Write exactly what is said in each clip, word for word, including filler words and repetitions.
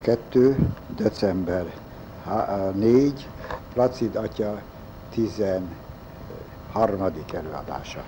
kettő. december négy. Placid atya tizenharmadik előadása.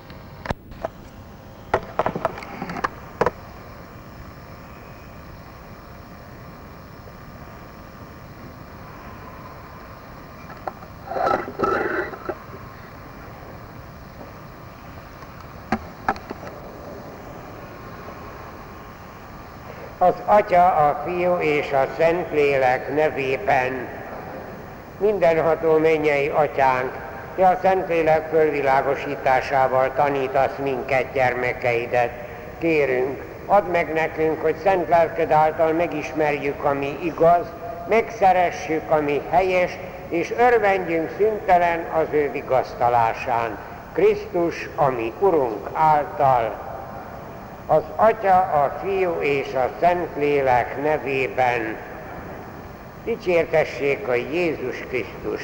Az Atya, a Fiú és a Szentlélek nevében. Mindenható mennyei Atyánk, Te a Szentlélek fölvilágosításával tanítasz minket, gyermekeidet. Kérünk, add meg nekünk, hogy szent lelked által megismerjük, ami igaz, megszeressük, ami helyes, és örvendjünk szüntelen az ő vigasztalásán. Krisztus, ami Urunk által. Az Atya, a Fiú és a Szentlélek nevében. Dicsértessék a Jézus Krisztus!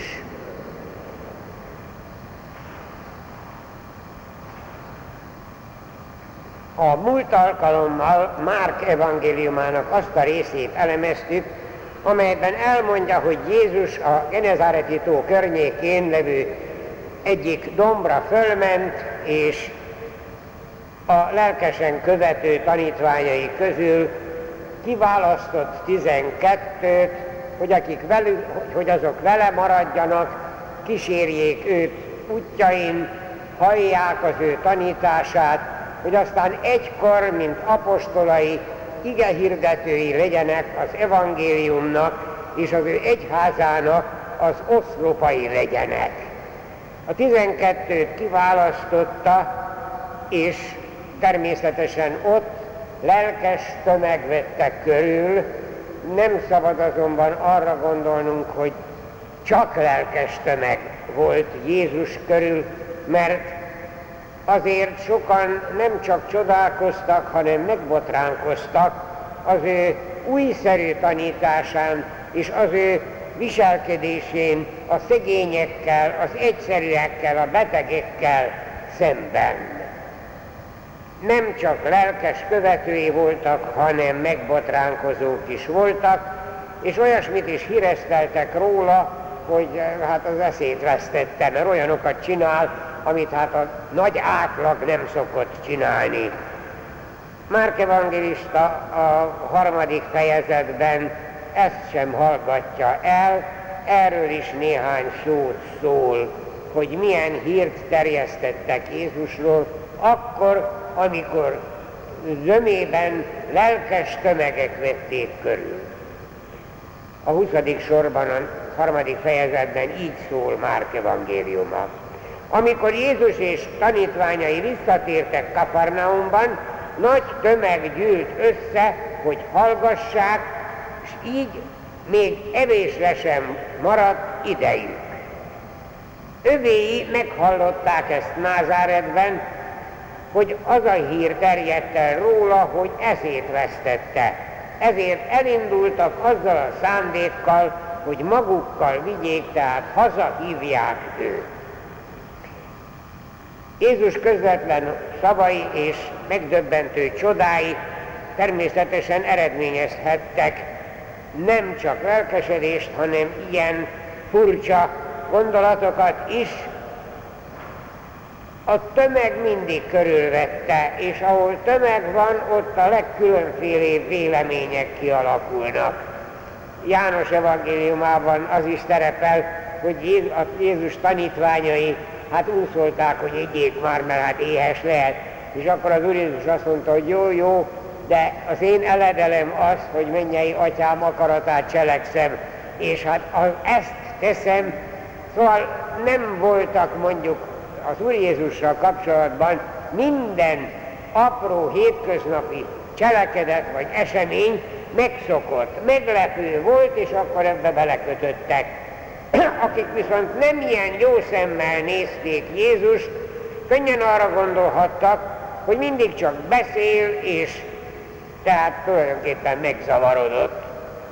A múlt alkalommal Márk evangéliumának azt a részét elemeztük, amelyben elmondja, hogy Jézus a Genezáreti tó környékén levő egyik dombra fölment, és a lelkesen követő tanítványai közül kiválasztott tizenkettőt, hogy, akik velük, hogy azok vele maradjanak, kísérjék őt útjain, hallják az ő tanítását, hogy aztán egykor, mint apostolai, igehirdetői legyenek az evangéliumnak, és az ő egyházának az oszlopai legyenek. A tizenkettőt kiválasztotta, és természetesen ott lelkes tömeg vette körül. Nem szabad azonban arra gondolnunk, hogy csak lelkes tömeg volt Jézus körül, mert azért sokan nem csak csodálkoztak, hanem megbotránkoztak az ő újszerű tanításán és az ő viselkedésén a szegényekkel, az egyszerűekkel, a betegekkel szemben. Nem csak lelkes követői voltak, hanem megbotránkozók is voltak, és olyasmit is híreszteltek róla, hogy hát az eszét vesztette, mert olyanokat csinál, amit hát a nagy átlag nem szokott csinálni. Márk evangélista a harmadik fejezetben ezt sem hallgatja el, erről is néhány szót szól, hogy milyen hírt terjesztettek Jézusról, akkor, amikor zömében lelkes tömegek vették körül. A huszadik sorban, a harmadik fejezetben így szól Márk evangéliuma. Amikor Jézus és tanítványai visszatértek Kafarnaumban, nagy tömeg gyűlt össze, hogy hallgassák, és így még evésre sem maradt idejük. Övéi meghallották ezt Názáretben, hogy az a hír terjedt el róla, hogy eszét vesztette. Ezért elindultak azzal a szándékkal, hogy magukkal vigyék, tehát hazahívják őt. Jézus közvetlen szavai és megdöbbentő csodái természetesen eredményezhettek nem csak lelkesedést, hanem ilyen furcsa gondolatokat is. A tömeg mindig körülvette, és ahol tömeg van, ott a legkülönfélébb vélemények kialakulnak. János evangéliumában az is szerepel, hogy a Jézus tanítványai hát úszolták, hogy egyék már, mert hát éhes lehet. És akkor az Úr Jézus azt mondta, hogy jó, jó, de az én eledelem az, hogy mennyei atyám akaratát cselekszem, és hát ezt teszem. Szóval nem voltak mondjuk az Úr Jézussal kapcsolatban minden apró hétköznapi cselekedet vagy esemény megszokott, meglepő volt, és akkor ebbe belekötöttek. Akik viszont nem ilyen jó szemmel nézték Jézust, könnyen arra gondolhattak, hogy mindig csak beszél, és tehát tulajdonképpen megzavarodott.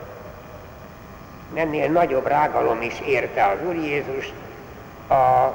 Ennél nagyobb rágalom is érte az Úr Jézust, a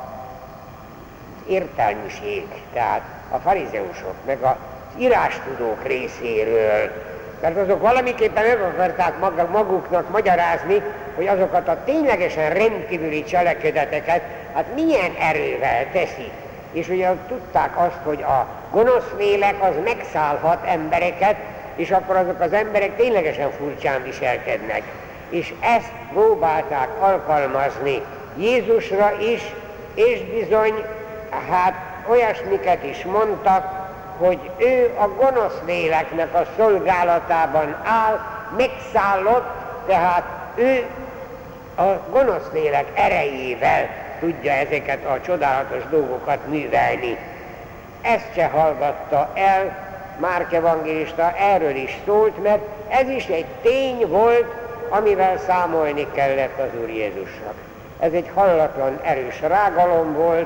értelmiség, tehát a farizeusok, meg az írástudók részéről, Mert azok valamiképpen meg akarták maguknak magyarázni, hogy azokat a ténylegesen rendkívüli cselekedeteket, hát milyen erővel teszik. És ugye tudták azt, hogy a gonosz lélek az megszállhat embereket, és akkor azok az emberek ténylegesen furcsán viselkednek. És ezt próbálták alkalmazni Jézusra is, és bizony, hát olyasmiket is mondtak, hogy ő a gonosz léleknek a szolgálatában áll, megszállott, tehát ő a gonosz lélek erejével tudja ezeket a csodálatos dolgokat művelni. Ezt se hallgatta el Márk evangélista, erről is szólt, mert ez is egy tény volt, amivel számolni kellett az Úr Jézusnak. Ez egy hallatlan erős rágalom volt,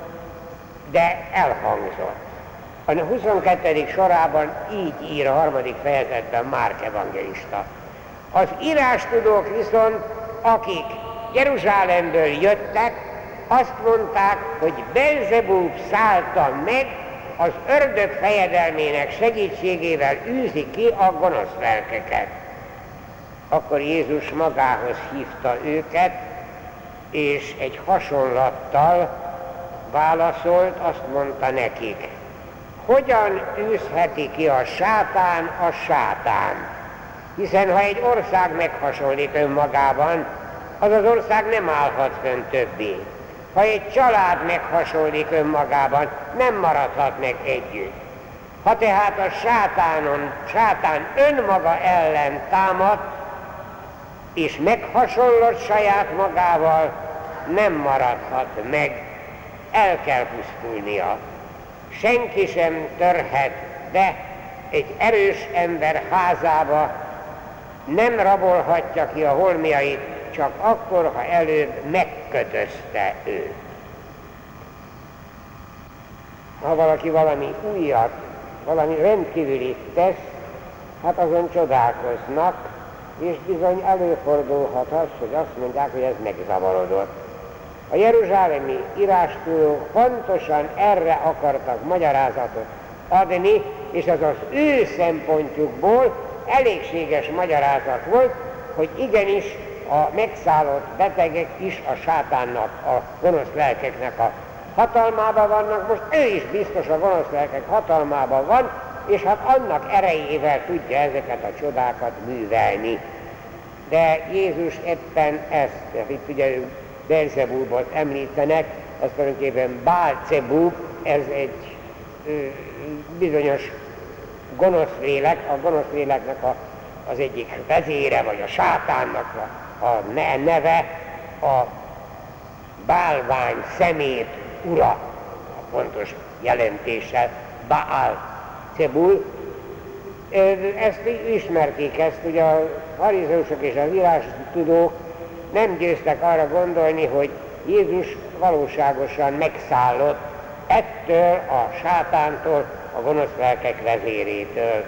de elhangzott. A huszonkettedik sorában így ír a harmadik fejezetben Márk evangélista. Az írástudók viszont, akik Jeruzsálemből jöttek, azt mondták, hogy Belzebub szállta meg, az ördög fejedelmének segítségével űzi ki a gonosz lelkeket. Akkor Jézus magához hívta őket, és egy hasonlattal válaszolt, azt mondta nekik: hogyan űzheti ki a sátán a sátán? Hiszen ha egy ország meghasonlít önmagában, az az ország nem állhat fönn többé. Ha egy család meghasonlít önmagában, nem maradhat meg együtt. Ha tehát a sátánon, sátán önmaga ellen támad, és meghasonlott saját magával, nem maradhat meg, el kell pusztulnia. Senki sem törhet be egy erős ember házába, nem rabolhatja ki a holmiait, csak akkor, ha előbb megkötözte őt. Ha valaki valami újat, valami rendkívülit tesz, hát azon csodálkoznak, és bizony előfordulhat az, hogy azt mondják, hogy ez megzavarodott. A jeruzsálemi írástudók pontosan erre akartak magyarázatot adni, és ez az ő szempontjukból elégséges magyarázat volt, hogy igenis a megszállott betegek is a sátánnak, a gonosz lelkeknek a hatalmában vannak. Most ő is biztos a gonosz lelkek hatalmában van, és hát annak erejével tudja ezeket a csodákat művelni. De Jézus éppen ezt, itt ugye Belzebubot említenek, ez tulajdonképpen Bálcebub, ez egy ö, bizonyos gonosz lélek, a gonosz léleknek a, az egyik vezére, vagy a sátánnak a, a neve, a bálvány szemét ura, a pontos jelentéssel, Bálcebul. Ezt ismerték, ezt ugye a farizeusok és az írástudók nem győztek arra gondolni, hogy Jézus valóságosan megszállott ettől a sátántól, a gonosz lelkek vezérétől.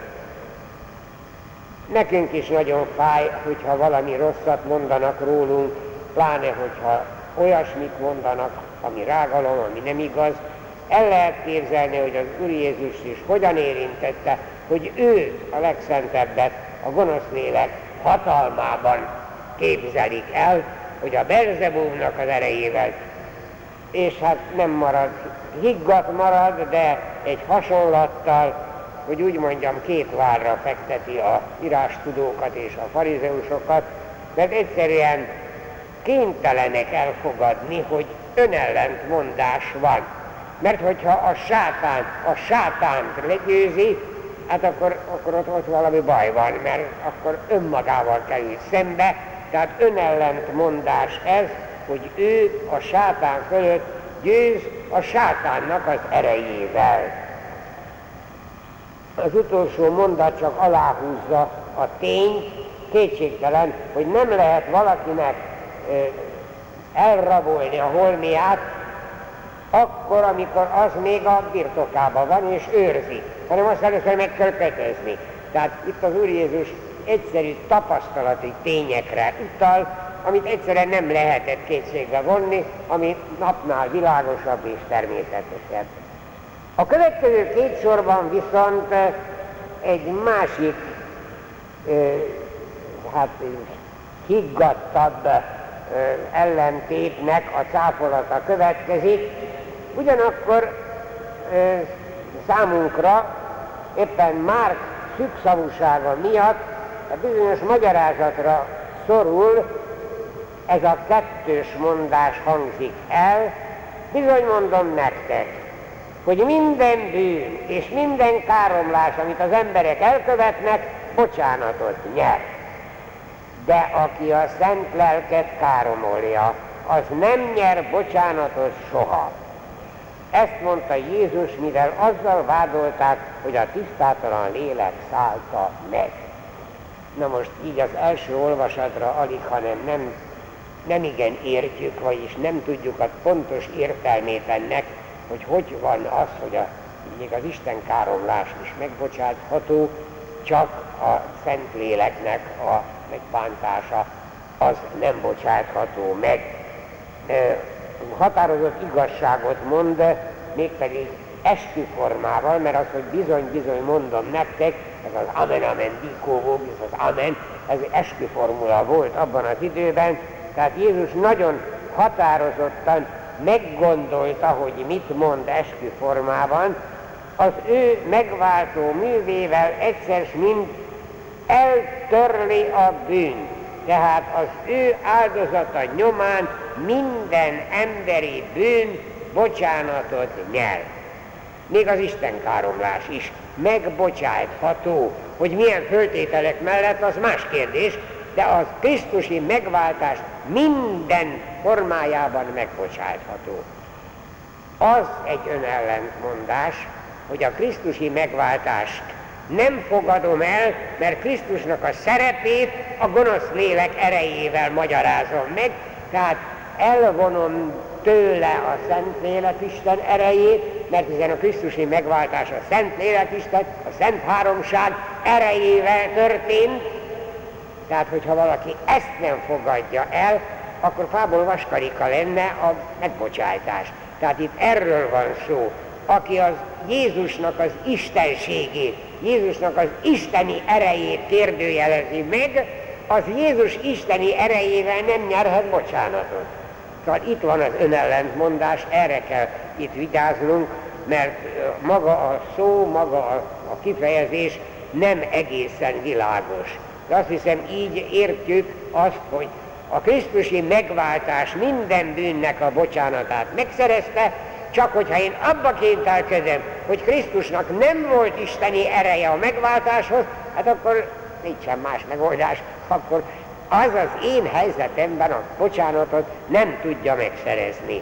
Nekünk is nagyon fáj, hogyha valami rosszat mondanak rólunk, pláne, hogyha olyasmit mondanak, ami rágalom, ami nem igaz. El lehet képzelni, hogy az Úr Jézus is hogyan érintette, hogy ő a legszentebbet a gonosz lélek hatalmában képzelik el, hogy a Belzebubnak az erejével, és hát nem marad, higgadt marad, de egy hasonlattal, hogy úgy mondjam, két várra fekteti a írástudókat és a farizeusokat, mert egyszerűen kénytelenek elfogadni, hogy önellentmondás van. Mert hogyha a sátán a sátánt legyőzi, hát akkor, akkor ott, ott valami baj van, mert akkor önmagával kerül szembe, tehát önellentmondás ez, hogy ő a sátán fölött győz a sátánnak az erejével. Az utolsó mondat csak aláhúzza a tényt, kétségtelen, hogy nem lehet valakinek ö, elrabolni a holmiát, akkor, amikor az még a birtokában van és őrzi, hanem azt először meg kell kötözni. Tehát itt az Úr Jézus egyszerű tapasztalati tényekre utal, amit egyszerűen nem lehetett kétségbe vonni, ami napnál világosabb és természetesebb. A következő két sorban viszont egy másik hát higgadtabb ellentétnek a cáfolata következik. Ugyanakkor számunkra éppen Márk szükszavúsága miatt a bizonyos magyarázatra szorul, ez a kettős mondás hangzik el. Bizony mondom nektek, hogy minden bűn és minden káromlás, amit az emberek elkövetnek, bocsánatot nyer. De aki a szent lelket káromolja, az nem nyer bocsánatot soha. Ezt mondta Jézus, mivel azzal vádolták, hogy a tisztátalan lélek szállta meg. Na most így az első olvasatra alig, hanem nem, nem igen értjük, vagyis nem tudjuk a pontos értelmét ennek, hogy hogy van az, hogy a, még az Isten káromlás is megbocsátható, csak a Szentléleknek a megbántása az nem bocsátható meg. E, határozott igazságot mond, mégpedig esküformával, mert az, hogy bizony-bizony mondom nektek, ez az amen, amen, dikóvó, ez az amen, ez esküformula volt abban az időben, tehát Jézus nagyon határozottan meggondolta, hogy mit mond esküformában, az ő megváltó művével egyszer mind eltörli a bűnt. Tehát az ő áldozata nyomán minden emberi bűn bocsánatot nyer. Még az Isten káromlás is megbocsájtható. Hogy milyen föltételek mellett, az más kérdés, de az krisztusi megváltás minden formájában megbocsájtható. Az egy önellentmondás, hogy a krisztusi megváltást nem fogadom el, mert Krisztusnak a szerepét a gonosz lélek erejével magyarázom meg, tehát elvonom tőle a Szent Lélekisten erejét, mert hiszen a krisztusi megváltás a Szent Lélekisten, a Szent Háromság erejével történt. Tehát, hogyha valaki ezt nem fogadja el, akkor fából vaskarika lenne a megbocsájtás. Tehát itt erről van szó. Aki az Jézusnak az istenségét, Jézusnak az isteni erejét kérdőjelezi meg, az Jézus isteni erejével nem nyerhet bocsánatot. Szóval itt van az önellentmondás, erre kell itt vigyáznunk, mert maga a szó, maga a, a kifejezés nem egészen világos. De azt hiszem, így értjük azt, hogy a krisztusi megváltás minden bűnnek a bocsánatát megszerezte, csak hogyha én abba kénytelkedem, hogy Krisztusnak nem volt isteni ereje a megváltáshoz, hát akkor nincsen más megoldás, akkor az az én helyzetemben a bocsánatot nem tudja megszerezni.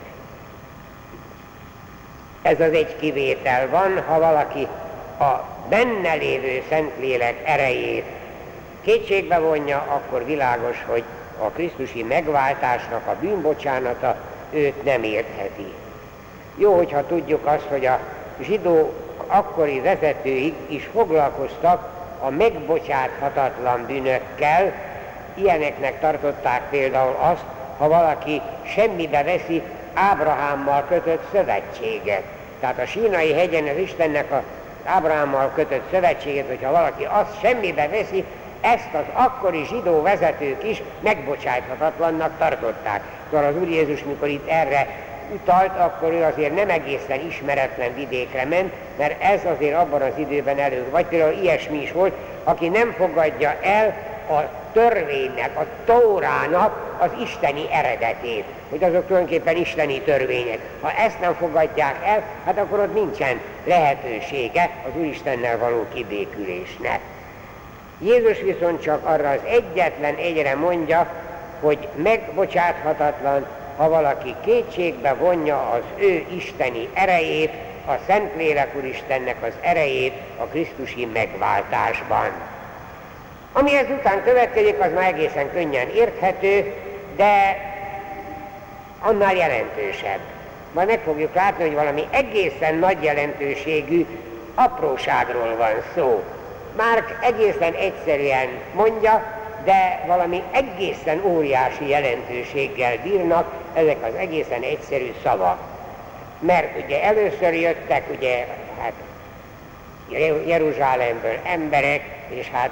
Ez az egy kivétel van, ha valaki a benne lévő Szentlélek erejét kétségbe vonja, akkor világos, hogy a krisztusi megváltásnak a bűnbocsánata őt nem értheti. Jó, hogyha tudjuk azt, hogy a zsidó akkori vezetőik is foglalkoztak a megbocsáthatatlan bűnökkel. Ilyeneknek tartották például azt, ha valaki semmibe veszi Ábrahámmal kötött szövetséget. Tehát a Sínai hegyen az Istennek az Ábrahámmal kötött szövetséget, hogyha valaki azt semmibe veszi, ezt az akkori zsidó vezetők is megbocsáthatatlannak tartották. Szóval az Úr Jézus, mikor itt erre utalt, akkor ő azért nem egészen ismeretlen vidékre ment, mert ez azért abban az időben elő. Vagy például ilyesmi is volt, aki nem fogadja el a törvénynek, a Tórának az isteni eredetét, hogy azok tulajdonképpen isteni törvények. Ha ezt nem fogadják el, hát akkor ott nincsen lehetősége az Úristennel való kibékülésnek. Jézus viszont csak arra az egyetlen egyre mondja, hogy megbocsáthatatlan, ha valaki kétségbe vonja az ő isteni erejét, a Szentlélek Úristennek az erejét a krisztusi megváltásban. Ami ezután következik, az már egészen könnyen érthető, de annál jelentősebb. Majd meg fogjuk látni, hogy valami egészen nagy jelentőségű apróságról van szó. Márk egészen egyszerűen mondja, de valami egészen óriási jelentőséggel bírnak ezek az egészen egyszerű szavak. Mert ugye először jöttek ugye hát Jeruzsálemből emberek, és hát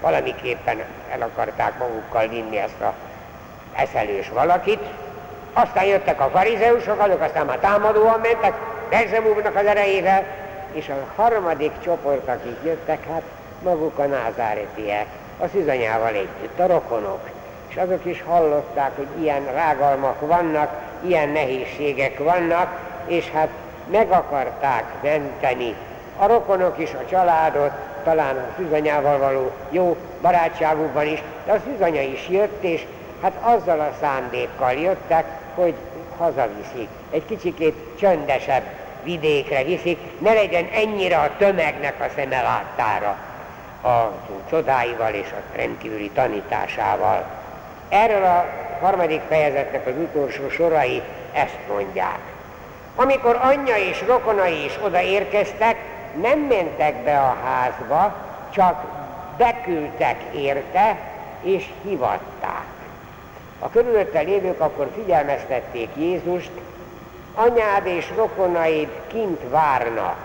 valamiképpen el akarták magukkal vinni ezt a eszelős valakit. Aztán jöttek a farizeusok, azok aztán már támadóan mentek, Belzebúbnak az erejével, és a harmadik csoport, akik jöttek, hát maguk a názáretiek, a szűzanyával együtt, a rokonok. És azok is hallották, hogy ilyen rágalmak vannak, ilyen nehézségek vannak, és hát meg akarták menteni a rokonok is, a családot, talán a szűzanyával való jó barátságukban is, de a szűzanya is jött, és hát azzal a szándékkal jöttek, hogy hazaviszik. Egy kicsikét csöndesebb vidékre viszik, ne legyen ennyire a tömegnek a szeme láttára a csodáival és a rendkívüli tanításával. Erről a harmadik fejezetnek az utolsó sorai ezt mondják. Amikor anyja és rokonai is odaérkeztek, nem mentek be a házba, csak beküldtek érte és hivatták. A körülötte lévők akkor figyelmeztették Jézust, anyád és rokonaid kint várnak.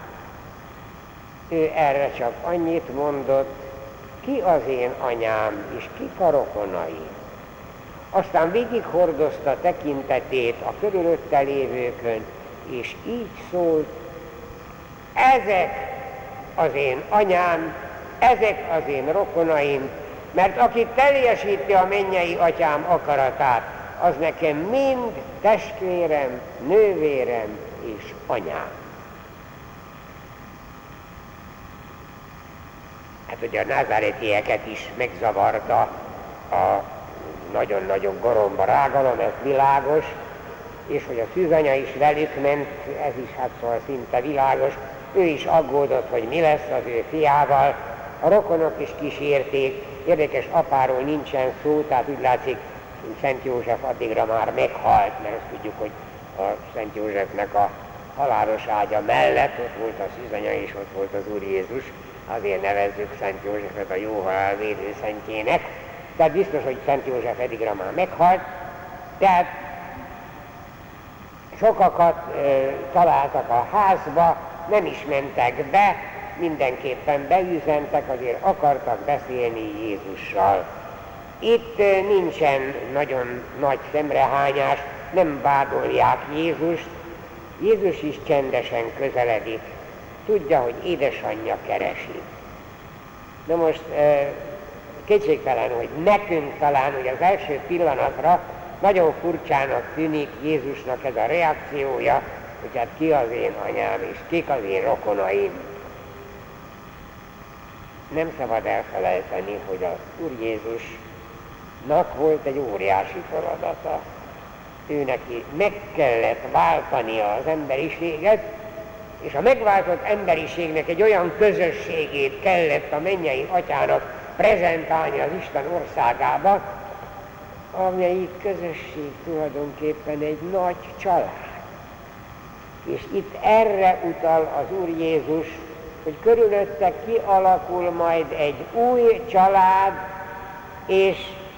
Ő erre csak annyit mondott, ki az én anyám és kik a rokonaim. Aztán végighordozta tekintetét a körülötte lévőkön, és így szólt, ezek az én anyám, ezek az én rokonaim, mert aki teljesíti a mennyei atyám akaratát, az nekem mind testvérem, nővérem és anyám. Hát ugye a názáretieket is megzavarta a nagyon-nagyon goromba rágalom, ez világos, és hogy a szűzanya is velük ment, ez is hát szóval szinte világos, ő is aggódott, hogy mi lesz az ő fiával, a rokonok is kísérték, érdekes, apáról nincsen szó, tehát úgy látszik, Szent József addigra már meghalt, mert azt tudjuk, hogy a Szent Józsefnek a halálos ágya mellett ott volt a szűzanya és ott volt az Úr Jézus, azért nevezzük Szent Józsefet a jó halál védő szentjének, tehát biztos, hogy Szent József eddigra már meghalt, tehát sokakat e, találtak a házba, nem is mentek be, mindenképpen beüzentek, azért akartak beszélni Jézussal. Itt e, nincsen nagyon nagy szemrehányás, nem vádolják Jézust, Jézus is csendesen közeledik, tudja, hogy édesanyja keresi. Na most e, kétségtelen, hogy nekünk talán, hogy az első pillanatra nagyon furcsának tűnik Jézusnak ez a reakciója, hogy hát ki az én anyám és kik az én rokonaim. Nem szabad elfelejteni, hogy az Úr Jézusnak volt egy óriási feladata. Ő neki meg kellett váltania az emberiséget, és a megváltott emberiségnek egy olyan közösségét kellett a mennyei atyának prezentálni az Isten országába, amelyik közösség tulajdonképpen egy nagy család. És itt erre utal az Úr Jézus, hogy körülötte kialakul majd egy új család, és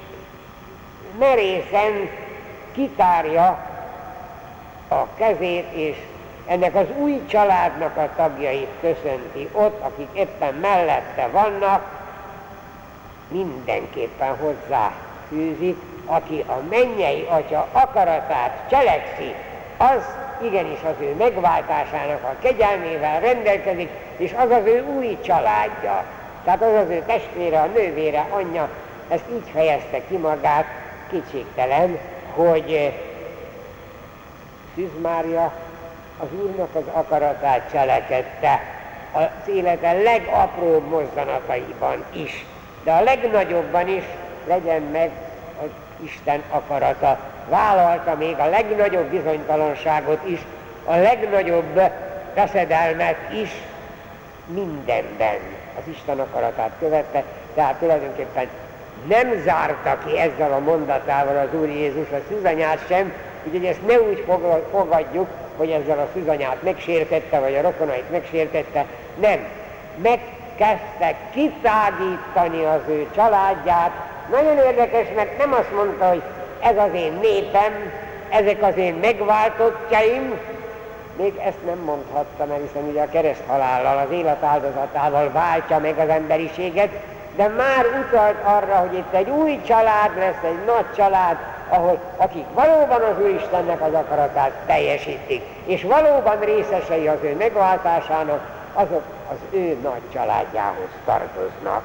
merészen kitárja a kezét, és ennek az új családnak a tagjait köszönti ott, akik éppen mellette vannak, mindenképpen hozzá fűzik, aki a mennyei atya akaratát cselekszi, az igenis az ő megváltásának a kegyelmével rendelkezik, és az az ő új családja. Tehát az az ő testvére, a nővére, anyja, ezt így fejezte ki magát, kétségtelen, hogy Szűz Mária az Úrnak az akaratát cselekedte az élete legapróbb mozzanataiban is, de a legnagyobban is legyen meg az Isten akarata. Vállalta még a legnagyobb bizonytalanságot is, a legnagyobb veszedelmet is, mindenben az Isten akaratát követte, tehát tulajdonképpen nem zárta ki ezzel a mondatával az Úr Jézus a szűzanyát sem, úgyhogy ezt ne úgy fogadjuk, hogy ezzel a szűzanyát megsértette, vagy a rokonait megsértette, nem. Megkezdte kiszágítani az ő családját. Nagyon érdekes, mert nem azt mondta, hogy ez az én népem, ezek az én megváltottjaim, még ezt nem mondhatta, mert hiszen ugye a kereszthalállal, az életáldozatával váltja meg az emberiséget, de már utalt arra, hogy itt egy új család lesz, egy nagy család, ahol akik valóban az Úristennek az akaratát teljesítik, és valóban részesei az ő megváltásának, azok az ő nagy családjához tartoznak.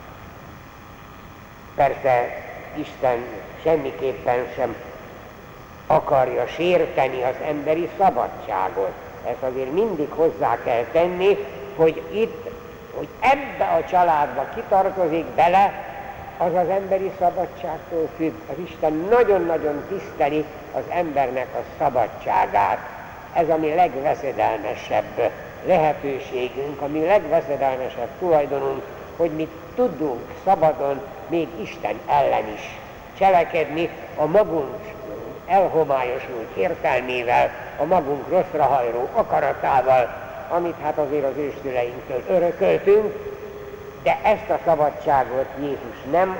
Persze Isten semmiképpen sem akarja sérteni az emberi szabadságot. Ezt azért mindig hozzá kell tenni, hogy itt, hogy ebbe a családba kitartozik bele, az az emberi szabadságtól függ. Az Isten nagyon-nagyon tiszteli az embernek a szabadságát. Ez a mi legveszedelmesebb lehetőségünk, a mi legveszedelmesebb tulajdonunk, hogy mi tudunk szabadon még Isten ellen is cselekedni a magunk elhomályosult értelmével, a magunk rosszra hajró akaratával, amit hát azért az őszüleinktől örököltünk, de ezt a szabadságot Jézus nem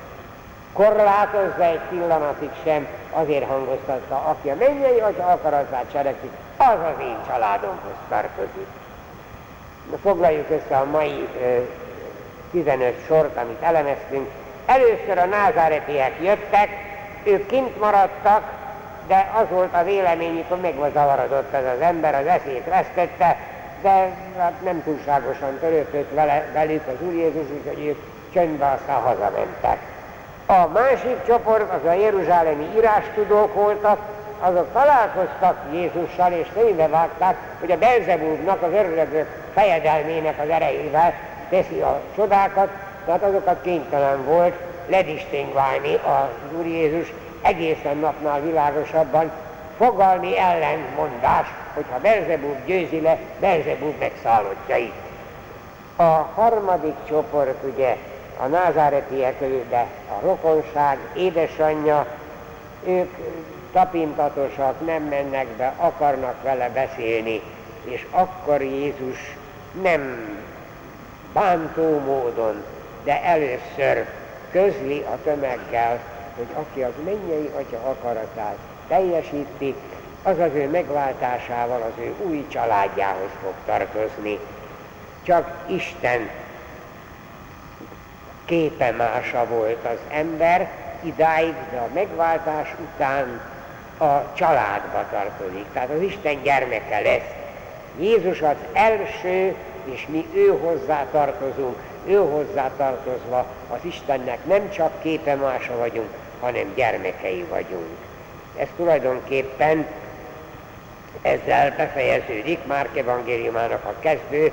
korlátozza egy pillanatig sem, azért hangoztatta, aki a mennyei Atya akaratát cselekszik, az az én családomhoz tartozik. Na, foglaljuk össze a mai ö, tizenöt sort, amit elemeztünk. Először a názáretiek jöttek, ők kint maradtak, de az volt a véleményük, hogy megzavarodott ez az ember, az eszét vesztette, de hát nem túlságosan törődött vele, velük az Úr Jézus, úgyhogy ők csöndbe aztán hazamentek. A másik csoport, az a jeruzsálemi írástudók voltak, azok találkoztak Jézussal, és szembe vágták, hogy a Belzebúbnak, az ördögök fejedelmének az erejével teszi a csodákat, tehát azokat kénytelen volt ledistingválni az Úr Jézus egészen napnál világosabban, fogalmi ellentmondás, hogyha Belzebúb győzi le Belzebúb megszállottjait. A harmadik csoport ugye a názáretiek, de a rokonság, édesanyja, ők tapintatosak, nem mennek be, akarnak vele beszélni, és akkor Jézus nem bántó módon, de először közli a tömeggel, hogy aki az mennyei Atya akaratát teljesíti, az az ő megváltásával az ő új családjához fog tartozni. Csak Isten képemása volt az ember idáig, de a megváltás után a családba tartozik. Tehát az Isten gyermeke lesz. Jézus az első, és mi ő hozzá tartozunk. Ő hozzá tartozva az Istennek nem csak képemása vagyunk, hanem gyermekei vagyunk. Ez tulajdonképpen ezzel befejeződik Márk evangéliumának a kezdő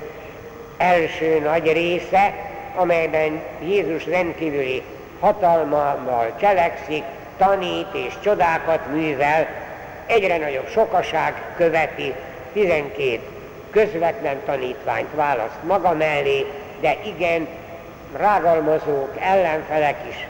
első nagy része, amelyben Jézus rendkívüli hatalmával cselekszik, tanít és csodákat művel, egyre nagyobb sokaság követi, tizenkét közvetlen tanítványt választ maga mellé, de igen, rágalmazók, ellenfelek is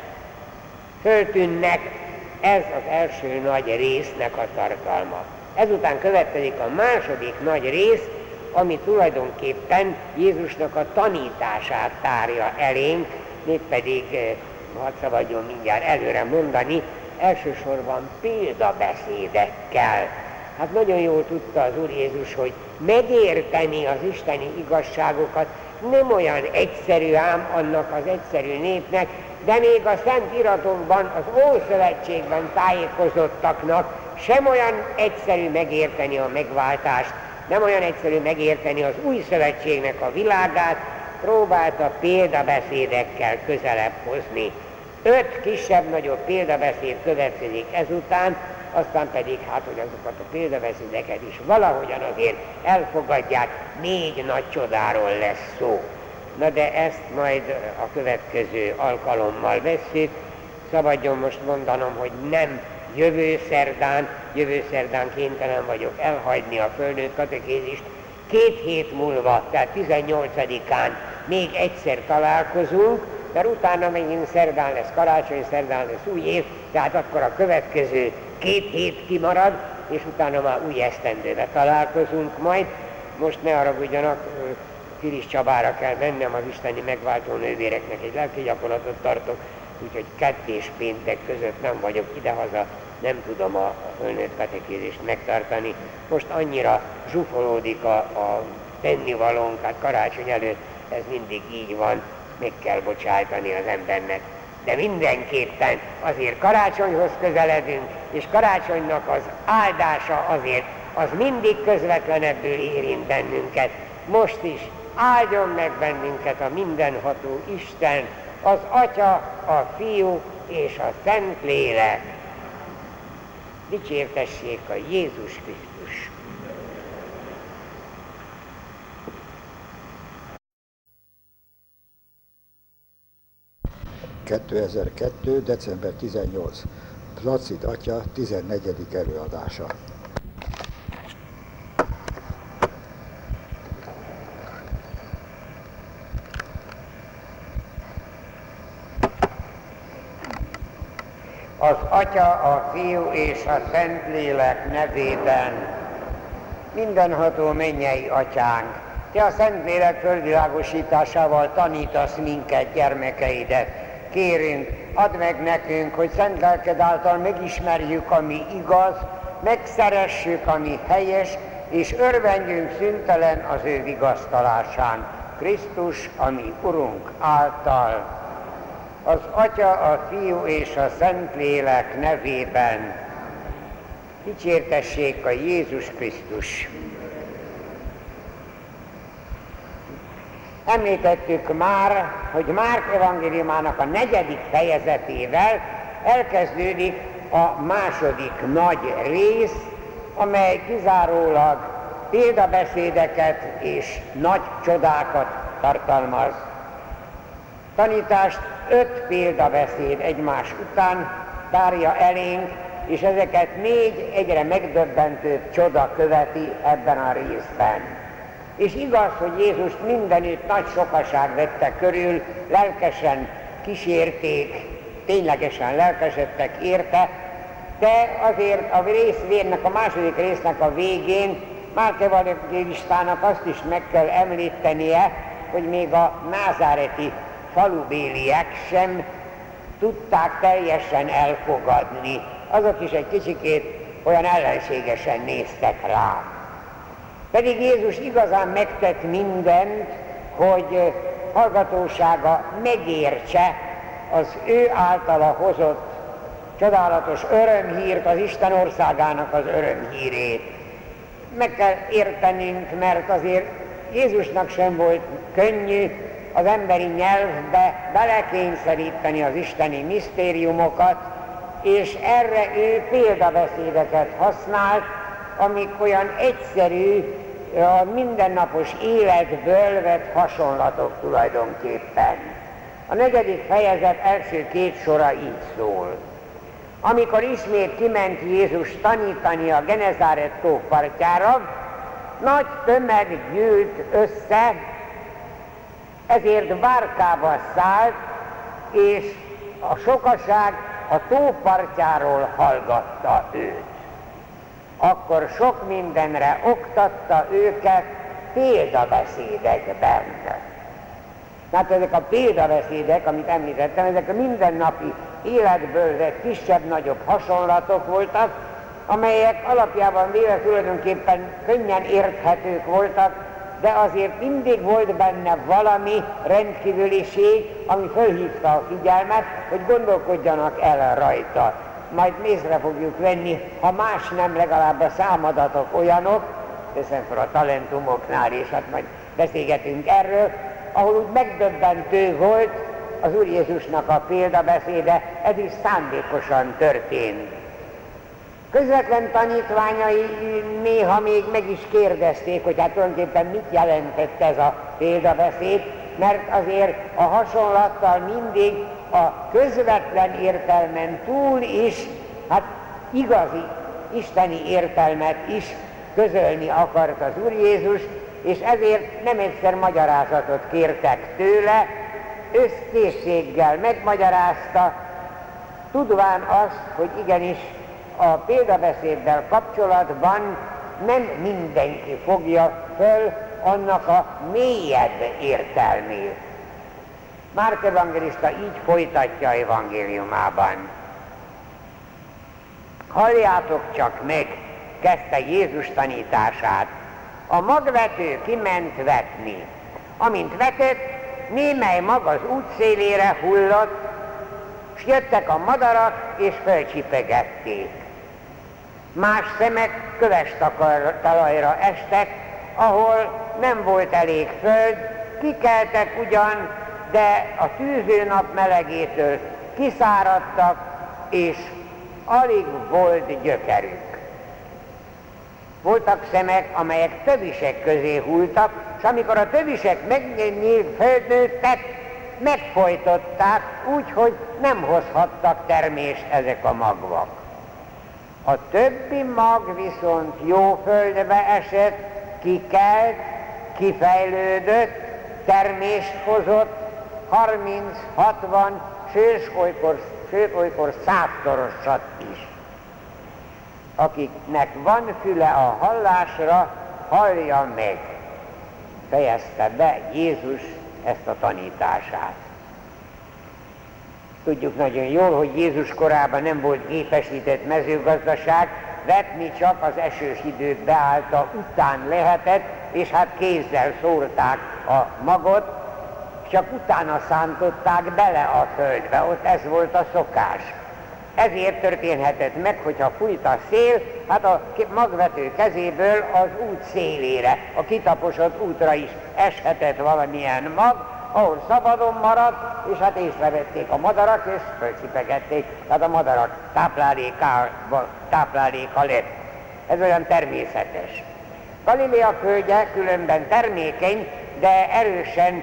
föltűnnek, ez az első nagy résznek a tartalma. Ezután következik a második nagy rész, ami tulajdonképpen Jézusnak a tanítását tárja elénk, mégpedig, hadd szabadjon mindjárt előre mondani, elsősorban példabeszédekkel. Hát nagyon jól tudta az Úr Jézus, hogy megérteni az isteni igazságokat nem olyan egyszerű ám annak az egyszerű népnek, de még a Szent Iratokban, az Ószövetségben tájékozottaknak sem olyan egyszerű megérteni a megváltást, nem olyan egyszerű megérteni az új szövetségnek a világát, próbálta példabeszédekkel közelebb hozni. Öt kisebb-nagyobb példabeszéd következik ezután, aztán pedig, hát, hogy azokat a példabeszédeket is valahogyan azért elfogadják, négy nagy csodáról lesz szó. Na de ezt majd a következő alkalommal vesszük. Szabadjon most mondanom, hogy nem jövő szerdán, jövő szerdán kénytelen vagyok elhagyni a fölnőtt katekézist. Két hét múlva, tehát tizennyolcadikán még egyszer találkozunk, mert utána megint szerdán lesz karácsony, szerdán lesz új év, tehát akkor a következő két hét kimarad, és utána már új esztendőbe találkozunk majd. Most ne haragudjanak, Pilis Csabára kell mennem, az isteni megváltó nővéreknek egy lelki gyakorlatot tartok, úgyhogy kett és péntek között nem vagyok idehaza, nem tudom a fölnőtt katekézist megtartani. Most annyira zsúfolódik a, a tennivalónk, hát karácsony előtt ez mindig így van, meg kell bocsájtani az embernek. De mindenképpen azért karácsonyhoz közeledünk, és karácsonynak az áldása azért, az mindig közvetlenebbül érint bennünket. Most is áldjon meg bennünket a mindenható Isten, az Atya, a Fiú és a Szentlélek. Dicsértessék a Jézus Krisztus! kétezer-kettő. december tizennyolcadika. Placid Atya tizennegyedik előadása. Az Atya, a Fiú és a Szentlélek nevében. Mindenható mennyei Atyánk, Te a Szentlélek földvilágosításával tanítasz minket, gyermekeidet. Kérünk, add meg nekünk, hogy szent lelked által megismerjük, ami igaz, megszeressük, ami helyes, és örvendjünk szüntelen az ő vigasztalásán. Krisztus, ami Urunk által. Az Atya, a Fiú és a Szentlélek nevében. Dicsértessék a Jézus Krisztus! Említettük már, hogy Márk evangéliumának a negyedik fejezetével elkezdődik a második nagy rész, amely kizárólag példabeszédeket és nagy csodákat tartalmaz. Tanítást öt példabeszéd egymás után tárja elénk, és ezeket négy egyre megdöbbentőbb csoda követi ebben a részben. És igaz, hogy Jézust mindenütt nagy sokaság vette körül, lelkesen kísérték, ténylegesen lelkesedtek érte, de azért a részvérnek, a második résznek a végén Márk evangélistának azt is meg kell említenie, hogy még a názáreti falubéliek sem tudták teljesen elfogadni. Azok is egy kicsikét olyan ellenségesen néztek rá. Pedig Jézus igazán megtett mindent, hogy hallgatósága megértse az ő általa hozott csodálatos örömhírt, az Isten országának az örömhírét. Meg kell értenünk, mert azért Jézusnak sem volt könnyű az emberi nyelvbe belekényszeríteni az isteni misztériumokat, és erre ő példabeszédeket használt, amik olyan egyszerű, a mindennapos életből vett hasonlatok tulajdonképpen. A negyedik fejezet első két sora így szól. Amikor ismét kiment Jézus tanítani a Genezáret tó partjára, nagy tömeg gyűlt össze, ezért bárkába szállt, és a sokaság a tó partjáról hallgatta őt. Akkor sok mindenre oktatta őket példabeszédekben. Tehát ezek a példabeszédek, amit említettem, ezek a mindennapi életből vett kisebb-nagyobb hasonlatok voltak, amelyek alapjában véve tulajdonképpen könnyen érthetők voltak, de azért mindig volt benne valami rendkívüliség, ami felhívta a figyelmet, hogy gondolkodjanak el rajta. Majd észre fogjuk venni, ha más nem, legalább a számadatok olyanok, teszem fel a talentumoknál, és hát majd beszélgetünk erről, ahol úgy megdöbbentő volt az Úr Jézusnak a példabeszéde, ez is szándékosan történt. Közvetlen tanítványai néha még meg is kérdezték, hogy hát tulajdonképpen mit jelentett ez a példabeszéd, mert azért a hasonlattal mindig a közvetlen értelmen túl is, hát igazi isteni értelmet is közölni akart az Úr Jézus, és ezért nem egyszer magyarázatot kértek tőle, összkészséggel megmagyarázta, tudván azt, hogy igenis a példabeszéddel kapcsolatban nem mindenki fogja föl annak a mélyebb értelmét. Márk evangélista így folytatja evangéliumában. Halljátok csak meg, kezdte Jézus tanítását. A magvető kiment vetni. Amint vetett, némely mag az útszélére hullott, s jöttek a madarak, és fölcsipegették. Más szemek köves talajra estek, ahol nem volt elég föld, kikeltek ugyan, de a tűző nap melegétől kiszáradtak, és alig volt gyökerük. Voltak szemek, amelyek tövisek közé hulltak, és amikor a tövisek megnyílt földnőttek, megfojtották úgy, hogy nem hozhattak termést ezek a magvak. A többi mag viszont jó földbe esett, kikelt, kifejlődött, termést hozott, harminc, hatvan, sőt olykor, sőt olykor százszorosat is. Akiknek van füle a hallásra, hallja meg. Fejezte be Jézus ezt a tanítását. Tudjuk nagyon jól, hogy Jézus korában nem volt gépesített mezőgazdaság, vetni csak az esős idők beállta után lehetett, és hát kézzel szórták a magot, csak utána szántották bele a földbe, ott ez volt a szokás. Ezért történhetett meg, hogyha fújt a szél, hát a magvető kezéből az út szélére, a kitaposott útra is eshetett valamilyen mag, ahol szabadon maradt, és hát észrevették a madarak, és fölcipegették, tehát a madarak tápláléka, tápláléka lett. Ez olyan természetes. Galilea földje különben termékeny, de erősen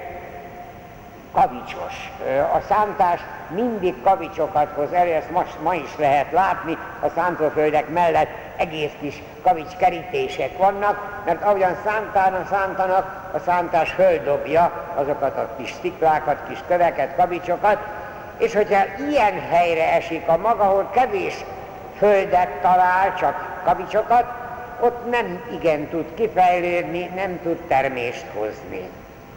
kavicsos. A szántás mindig kavicsokat hoz elő, ezt ma, ma is lehet látni, a szántóföldek mellett egész kis kavicskerítések vannak, mert ahogyan szántának, szántanak, a szántás földobja azokat a kis sziklákat, kis köveket, kavicsokat, és hogyha ilyen helyre esik a mag, ahol kevés földet talál, csak kavicsokat, ott nem igen tud kifejlődni, nem tud termést hozni.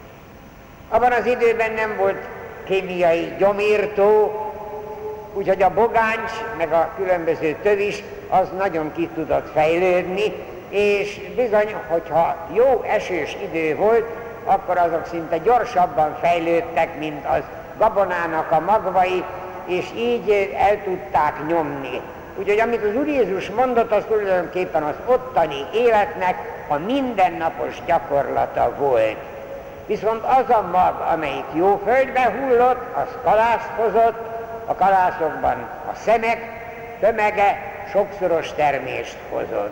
Abban az időben nem volt kémiai gyomírtó, úgyhogy a bogáncs, meg a különböző tövis, az nagyon ki tudott fejlődni, és bizony, hogyha jó esős idő volt, akkor azok szinte gyorsabban fejlődtek, mint az gabonának a magvai, és így el tudták nyomni. Úgyhogy amit az Úr Jézus mondott, az tulajdonképpen az ottani életnek a mindennapos gyakorlata volt. Viszont az a mag, amelyik jó földbe hullott, az kalászt hozott, a kalászokban a szemek tömege sokszoros termést hozott.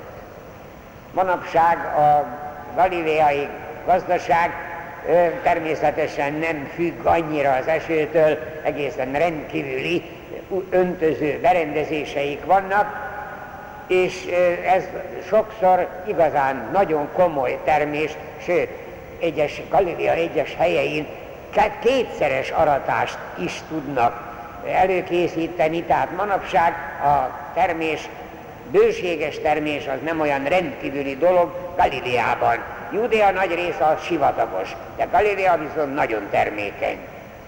Manapság a galileai gazdaság természetesen nem függ annyira az esőtől, egészen rendkívüli öntöző berendezéseik vannak, és ez sokszor igazán nagyon komoly termést, sőt, egyes Galilea egyes helyein kétszeres aratást is tudnak előkészíteni, tehát manapság a termés, bőséges termés az nem olyan rendkívüli dolog Galileában. Judea nagy része az sivatagos, de Galilea viszont nagyon termékeny.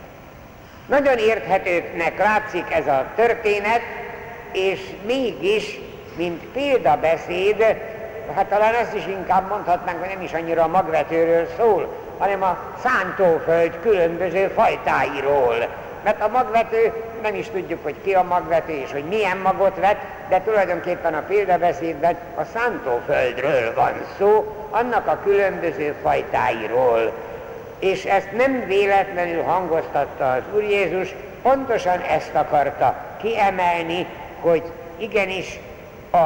Nagyon érthetőnek látszik ez a történet, és mégis, mint példabeszéd, hát talán ezt is inkább mondhatnánk, hogy nem is annyira a magvetőről szól, hanem a szántóföld különböző fajtáiról. Mert a magvető, nem is tudjuk, hogy ki a magvető és hogy milyen magot vet, de tulajdonképpen a példabeszédben a szántóföldről van szó, annak a különböző fajtáiról. És ezt nem véletlenül hangoztatta az Úr Jézus, pontosan ezt akarta kiemelni, hogy igenis a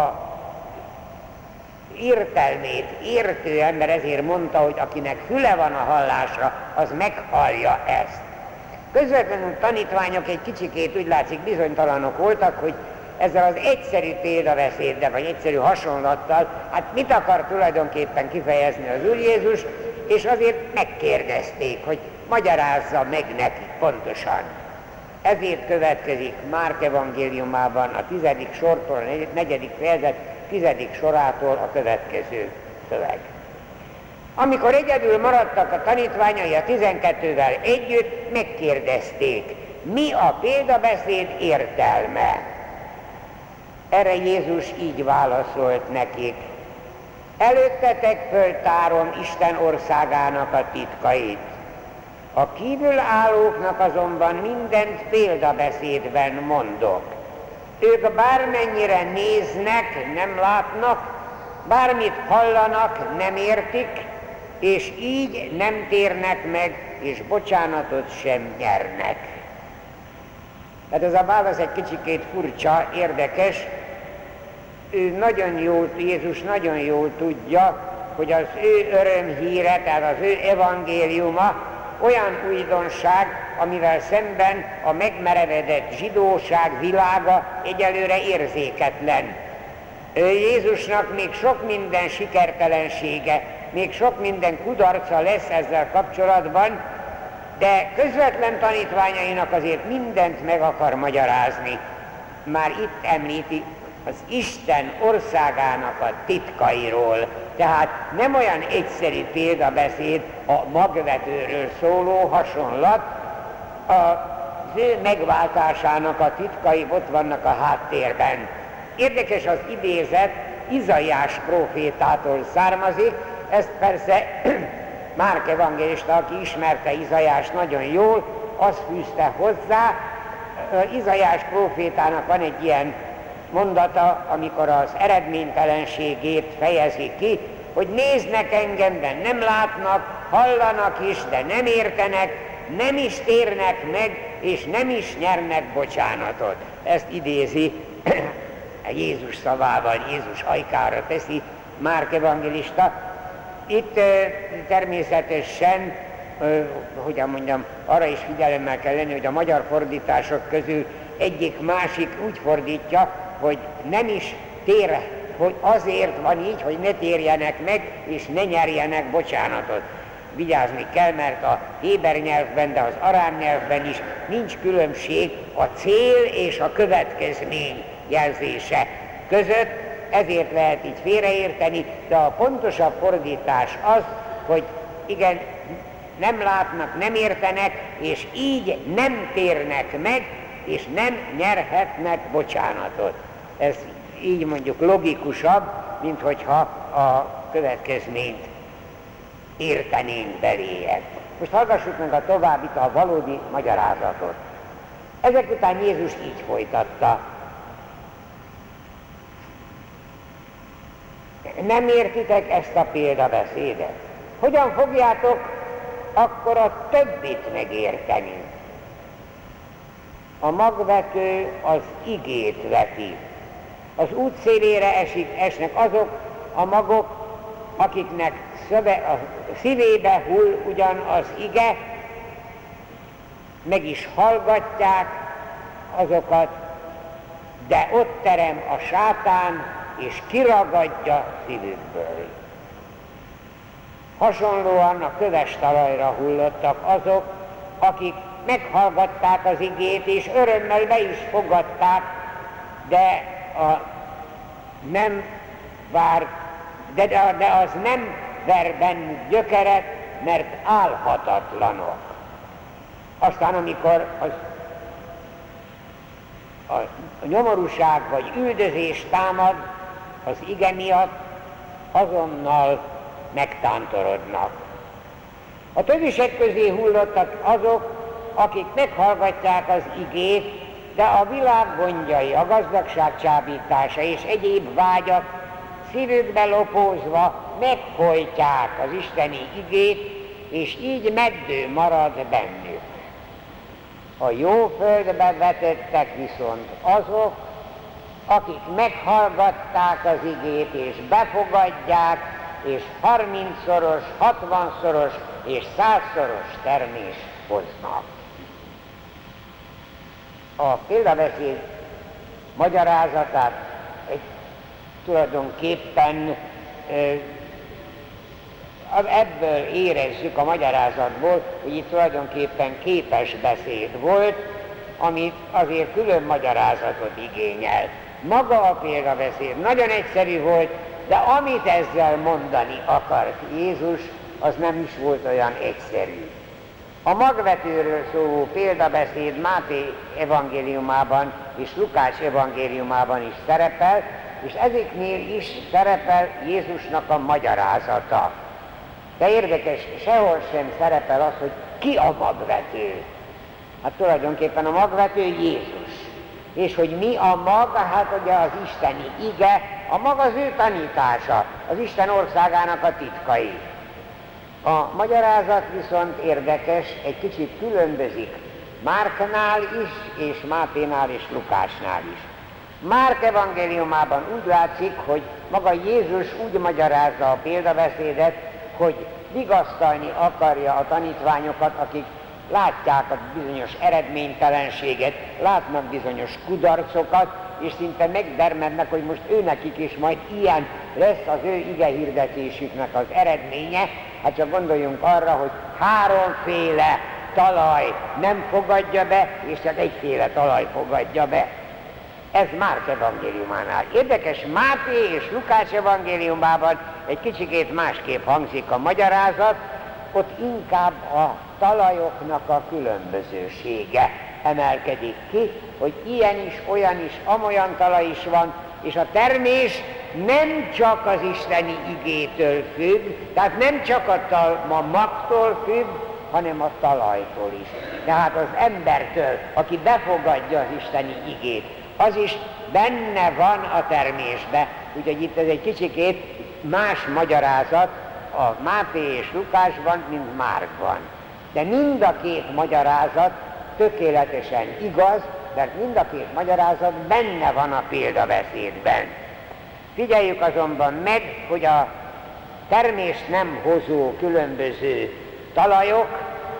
értelmét értő ember, ezért mondta, hogy akinek füle van a hallásra, az meghallja ezt. Közvetlenül tanítványok egy kicsikét úgy látszik bizonytalanok voltak, hogy ezzel az egyszerű példabeszéddel, vagy egyszerű hasonlattal, hát mit akar tulajdonképpen kifejezni az Úr Jézus, és azért megkérdezték, hogy magyarázza meg nekik pontosan. Ezért következik Márk evangéliumában a tizedik sortól, a negyedik fejezet tizedik sorától a következő szöveg. Amikor egyedül maradtak a tanítványai a tizenkettővel együtt, megkérdezték, mi a példabeszéd értelme? Erre Jézus így válaszolt nekik, előttetek föltárom Isten országának a titkait. A kívülállóknak azonban mindent példabeszédben mondok. Ők bármennyire néznek, nem látnak, bármit hallanak, nem értik, és így nem térnek meg, és bocsánatot sem nyernek. Hát ez a válasz egy kicsikét furcsa, érdekes. Ő nagyon jól, Jézus nagyon jól tudja, hogy az ő örömhíre, tehát az ő evangéliuma olyan újdonság, amivel szemben a megmerevedett zsidóság világa egyelőre érzéketlen. Jézusnak még sok minden sikertelensége, még sok minden kudarca lesz ezzel kapcsolatban, de közvetlen tanítványainak azért mindent meg akar magyarázni. Már itt említi az Isten országának a titkairól. Tehát nem olyan egyszerű példabeszéd a magvetőről szóló hasonlat, az ő megváltásának a titkai ott vannak a háttérben. Érdekes, az idézet Izaiás prófétától származik, ezt persze Márk evangélista, aki ismerte Izaiást nagyon jól, azt fűzte hozzá. Izaiás prófétának van egy ilyen mondata, amikor az eredménytelenségét fejezi ki, hogy néznek engem, de nem látnak, hallanak is, de nem értenek, nem is térnek meg, és nem is nyernek bocsánatot. Ezt idézi Jézus szavával, Jézus ajkára teszi Márk evangélista. Itt természetesen, hogyan mondjam, arra is figyelemmel kell lenni, hogy a magyar fordítások közül egyik-másik úgy fordítja, hogy nem is tér, hogy azért van így, hogy ne térjenek meg, és ne nyerjenek bocsánatot. Vigyázni kell, mert a héber nyelvben, de az arám nyelvben is nincs különbség a cél és a következmény jelzése között, ezért lehet így félreérteni, de a pontosabb fordítás az, hogy igen, nem látnak, nem értenek, és így nem térnek meg, és nem nyerhetnek bocsánatot. Ez így mondjuk logikusabb, mint hogyha a következményt értenénk beléje. Most hallgassuk meg a továbbit a valódi magyarázatot. Ezek után Jézus így folytatta. Nem értitek ezt a példabeszédet? Hogyan fogjátok akkor a többit megérteni? A magvető az igét veti. Az út szélére esik, esnek azok a magok, akiknek szöve, a szívébe hull ugyan az ige, meg is hallgatják azokat, de ott terem a sátán, és kiragadja szívükből. Hasonlóan a köves talajra hullottak azok, akik meghallgatták az igét, és örömmel be is fogadták, de a nem vár, de, de az nem ver bennük gyökeret, mert álhatatlanok. Aztán, amikor az, a nyomorúság vagy üldözés támad az ige miatt, azonnal megtántorodnak. A tövisek közé hullottak azok, akik meghallgatják az igét, de a világ gondjai, a gazdagság csábítása és egyéb vágyak szívükbe lopózva megfojtják az isteni igét, és így meddő marad bennük. A jó földbe vetettek viszont azok, akik meghallgatták az igét, és befogadják, és harmincszoros, hatvanszoros és százszoros termést hoznak. A példabeszéd magyarázatát egy, tulajdonképpen ebből érezzük a magyarázatból, hogy itt tulajdonképpen képes beszéd volt, amit azért külön magyarázatot igényel. Maga a példabeszéd nagyon egyszerű volt, de amit ezzel mondani akart Jézus, az nem is volt olyan egyszerű. A magvetőről szóló példabeszéd Máté evangéliumában és Lukács evangéliumában is szerepel, és ezeknél is szerepel Jézusnak a magyarázata. De érdekes, sehol sem szerepel az, hogy ki a magvető? Hát tulajdonképpen a magvető Jézus. És hogy mi a mag? Hát ugye az isteni ige, a mag az ő tanítása, az Isten országának a titkai. A magyarázat viszont érdekes, egy kicsit különbözik Márknál is, és Máténál és Lukásnál is. Márk evangéliumában úgy látszik, hogy maga Jézus úgy magyarázza a példabeszédet, hogy vigasztalni akarja a tanítványokat, akik látják a bizonyos eredménytelenséget, látnak bizonyos kudarcokat, és szinte megdermednek, hogy most őnekik is majd ilyen lesz az ő igehirdetésüknek az eredménye. Hát csak gondoljunk arra, hogy háromféle talaj nem fogadja be, és csak egyféle talaj fogadja be. Ez Márk evangéliumánál. Érdekes, Máté és Lukács evangéliumában egy kicsikét másképp hangzik a magyarázat, ott inkább a talajoknak a különbözősége emelkedik ki, hogy ilyen is, olyan is, amolyan talaj is van, és a termés nem csak az isteni igétől függ, tehát nem csak a, tal- a magtól függ, hanem a talajtól is. Tehát az embertől, aki befogadja az isteni igét, az is benne van a termésbe. Úgyhogy itt ez egy kicsikét más magyarázat a Máté és Lukásban, mint Márkban. De mind a két magyarázat tökéletesen igaz, mert mind a két magyarázat benne van a példabeszédben. Figyeljük azonban meg, hogy a termést nem hozó különböző talajok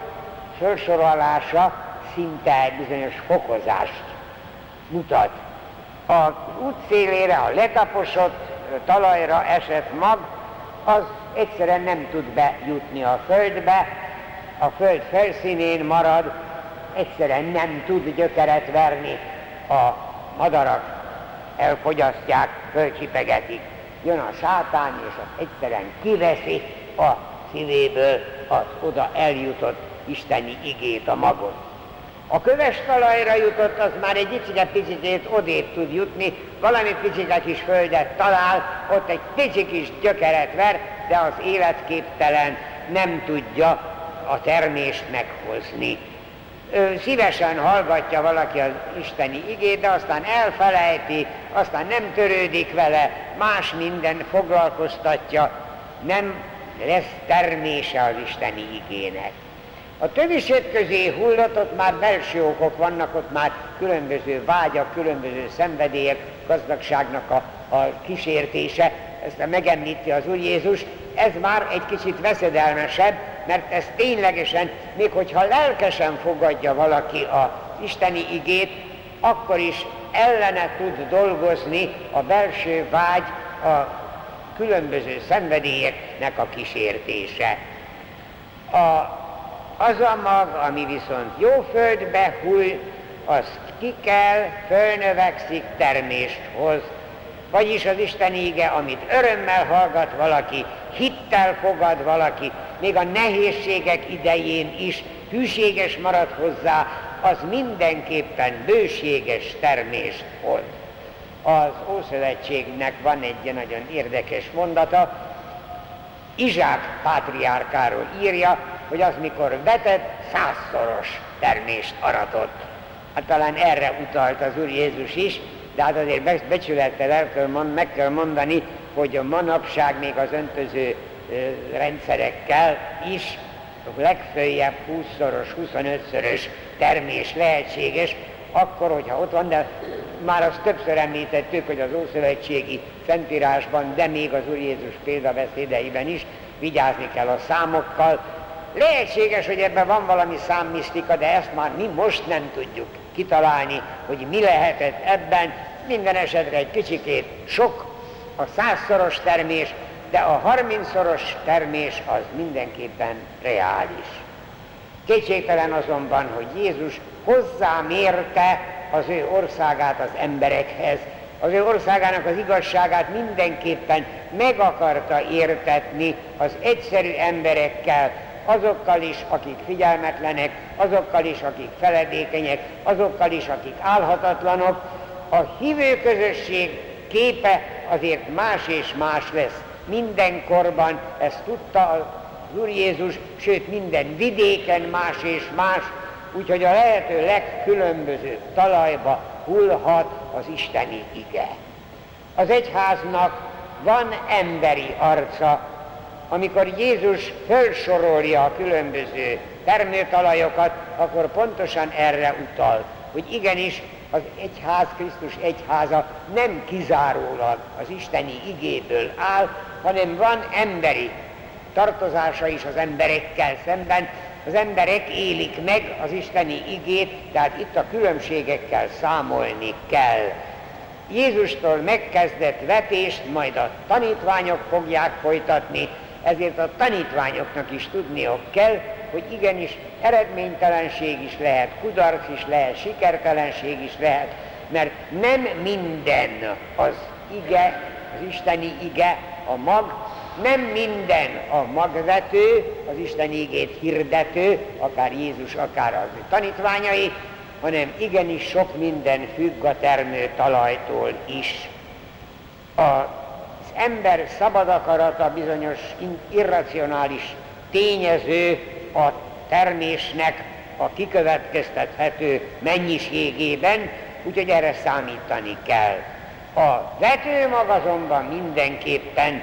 felsorolása szinte bizonyos fokozást mutat. Az útszélére, a letaposott talajra esett mag, az egyszerűen nem tud bejutni a földbe, a föld felszínén marad, egyszerűen nem tud gyökeret verni, a madarak elfogyasztják, fölcsipegetik. Jön a sátán, és az egyszerűen kiveszi a szívéből az oda eljutott isteni igét, a magot. A köves talajra jutott, az már egy picit odébb tud jutni, valami picike kis földet talál, ott egy pici kis gyökeret ver, de az életképtelen nem tudja a termést meghozni. Ő szívesen hallgatja valaki az isteni igét, de aztán elfelejti, aztán nem törődik vele, más minden foglalkoztatja, nem lesz termése az isteni igének. A töviség közé hullott, ott már belső okok vannak, ott már különböző vágyak, különböző szenvedélyek, gazdagságnak a, a kísértése, ezt megemlíti az Úr Jézus, ez már egy kicsit veszedelmesebb, mert ez ténylegesen, még hogyha lelkesen fogadja valaki az isteni igét, akkor is ellene tud dolgozni a belső vágy, a különböző szenvedélyeknek a kísértése. A Az a mag, ami viszont jó földbe hull, az kikel, fölnövekszik, termést hoz. Vagyis az isteni ige, amit örömmel hallgat valaki, hittel fogad valaki, még a nehézségek idején is hűséges marad hozzá, az mindenképpen bőséges termést hoz. Az Ószövetségnek van egy nagyon érdekes mondata, Izsák pátriárkáról írja, hogy az, mikor vetett, százszoros termést aratott. Hát talán erre utalt az Úr Jézus is, de hát azért becsülettel el kell mond, meg kell mondani, hogy a manapság még az öntöző ö, rendszerekkel is legföljebb húszszoros, huszonötszörös termés lehetséges, akkor, hogyha ott van, de már azt többször említettük, hogy az ószövetségi szentírásban, de még az Úr Jézus példabeszédeiben is vigyázni kell a számokkal. Lehetséges, hogy ebben van valami számmisztika, de ezt már mi most nem tudjuk kitalálni, hogy mi lehetett ebben. Minden esetre egy kicsikét sok a százszoros termés, de a harmincszoros termés az mindenképpen reális. Kétségtelen azonban, hogy Jézus hozzámérte az ő országát az emberekhez, az ő országának az igazságát mindenképpen meg akarta értetni az egyszerű emberekkel, azokkal is, akik figyelmetlenek, azokkal is, akik feledékenyek, azokkal is, akik álhatatlanok. A hívő közösség képe azért más és más lesz. Mindenkorban ezt tudta Úr Jézus, sőt minden vidéken más és más, úgyhogy a lehető legkülönbözőbb talajba hullhat az isteni ige. Az egyháznak van emberi arca, amikor Jézus felsorolja a különböző termőtalajokat, akkor pontosan erre utal, hogy igenis az egyház, Krisztus egyháza nem kizárólag az isteni igéből áll, hanem van emberi tartozása is az emberekkel szemben. Az emberek élik meg az isteni igét, tehát itt a különbségekkel számolni kell. Jézustól megkezdett vetést majd a tanítványok fogják folytatni, ezért a tanítványoknak is tudniuk kell, hogy igenis eredménytelenség is lehet, kudarc is lehet, sikertelenség is lehet, mert nem minden az ige, az isteni ige, a mag, nem minden a magvető, az isteni igét hirdető, akár Jézus, akár az tanítványai, hanem igenis sok minden függ a termő talajtól is. Az ember szabad akarata bizonyos irracionális tényező a termésnek a kikövetkeztethető mennyiségében, úgyhogy erre számítani kell. A vetőmag azonban mindenképpen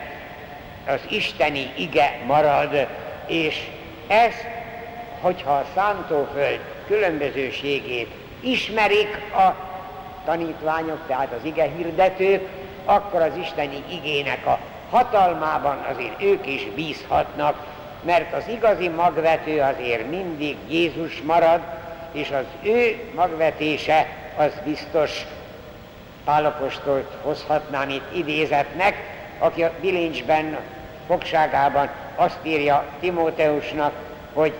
az isteni ige marad, és ez, hogyha a szántóföld különbözőségét ismerik a tanítványok, tehát az ige hirdetők, akkor az isteni igének a hatalmában azért ők is bízhatnak, mert az igazi magvető azért mindig Jézus marad, és az ő magvetése az biztos. Pál apostolt hozhatnám itt idézetnek, aki a bilincsben, fogságában azt írja Timóteusnak, hogy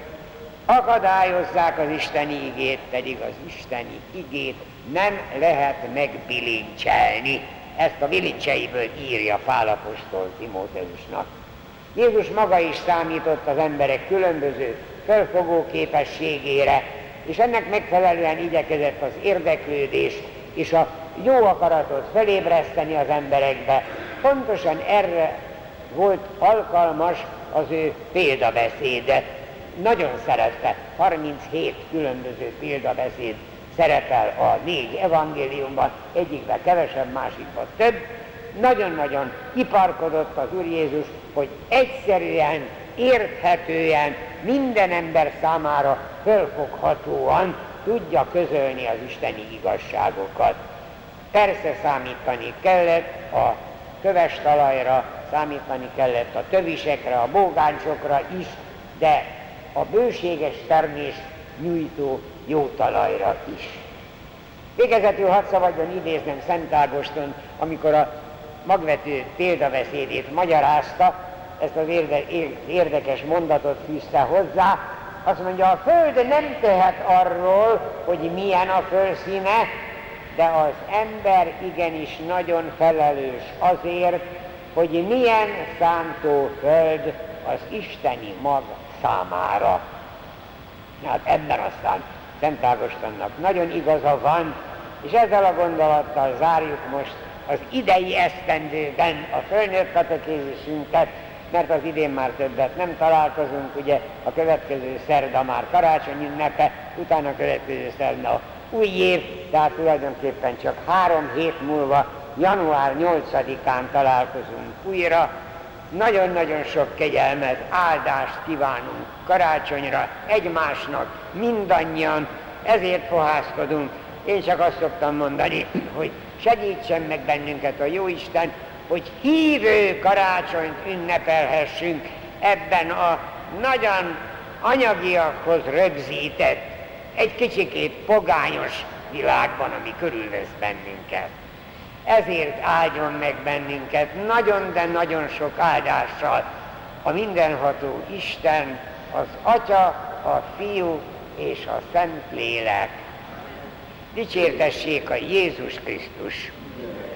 akadályozzák az isteni igét, pedig az isteni igét nem lehet megbilincselni. Ezt a bilincseiből írja Pál apostol Timóteusnak. Jézus maga is számított az emberek különböző felfogó képességére, és ennek megfelelően igyekezett az érdeklődést és a jó akaratot felébreszteni az emberekbe. Pontosan erre volt alkalmas az ő példabeszéde. Nagyon szerette, harminchét különböző példabeszéd szerepel a négy evangéliumban, egyikben kevesebb, másikban több. Nagyon-nagyon iparkodott az Úr Jézus, hogy egyszerűen, érthetően, minden ember számára fölfoghatóan tudja közölni az isteni igazságokat. Persze számítani kellett a köves talajra, számítani kellett a tövisekre, a bógáncsokra is, de a bőséges termés nyújtó jó talajra is. Végezetül hadd szabadjon idéznem Szent Ágoston, amikor a magvető példabeszédét magyarázta, ezt az érde, érdekes mondatot fűzte hozzá, azt mondja, a föld nem tehet arról, hogy milyen a fölszíne, de az ember igenis nagyon felelős azért, hogy milyen szántóföld az isteni mag számára. Hát ebben aztán Szent Ágostonnak nagyon igaza van, és ezzel a gondolattal zárjuk most az idei esztendőben a fölnőtt katekézisünket, mert az idén már többet nem találkozunk, ugye a következő szerda már karácsony ünnepe, utána a következő szerda új év, tehát tulajdonképpen csak három hét múlva, január nyolcadikán találkozunk újra. Nagyon-nagyon sok kegyelmet, áldást kívánunk karácsonyra egymásnak, mindannyian, ezért fohászkodunk. Én csak azt szoktam mondani, hogy segítsen meg bennünket a Jóisten, hogy hívő karácsonyt ünnepelhessünk ebben a nagyon anyagiakhoz rögzített, egy kicsikét pogányos világban, ami körülvesz bennünket. Ezért áldjon meg bennünket nagyon, de nagyon sok áldással a mindenható Isten, az Atya, a Fiú és a Szentlélek. Dicsértessék a Jézus Krisztus!